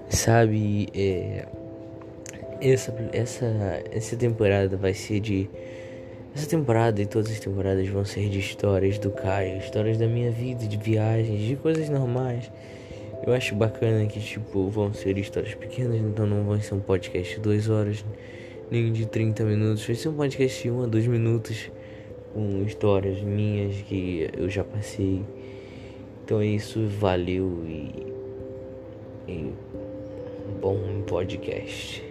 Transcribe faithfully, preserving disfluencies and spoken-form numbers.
Sabe, é, essa, essa, essa temporada vai ser de... Essa temporada e todas as temporadas vão ser de histórias do Caio, histórias da minha vida, de viagens, de coisas normais. Eu acho bacana que, tipo, vão ser histórias pequenas, então não vai ser um podcast de duas horas, nem de trinta minutos. Vai ser um podcast de um a dois minutos, com histórias minhas que eu já passei. Então é isso, valeu e, e bom podcast.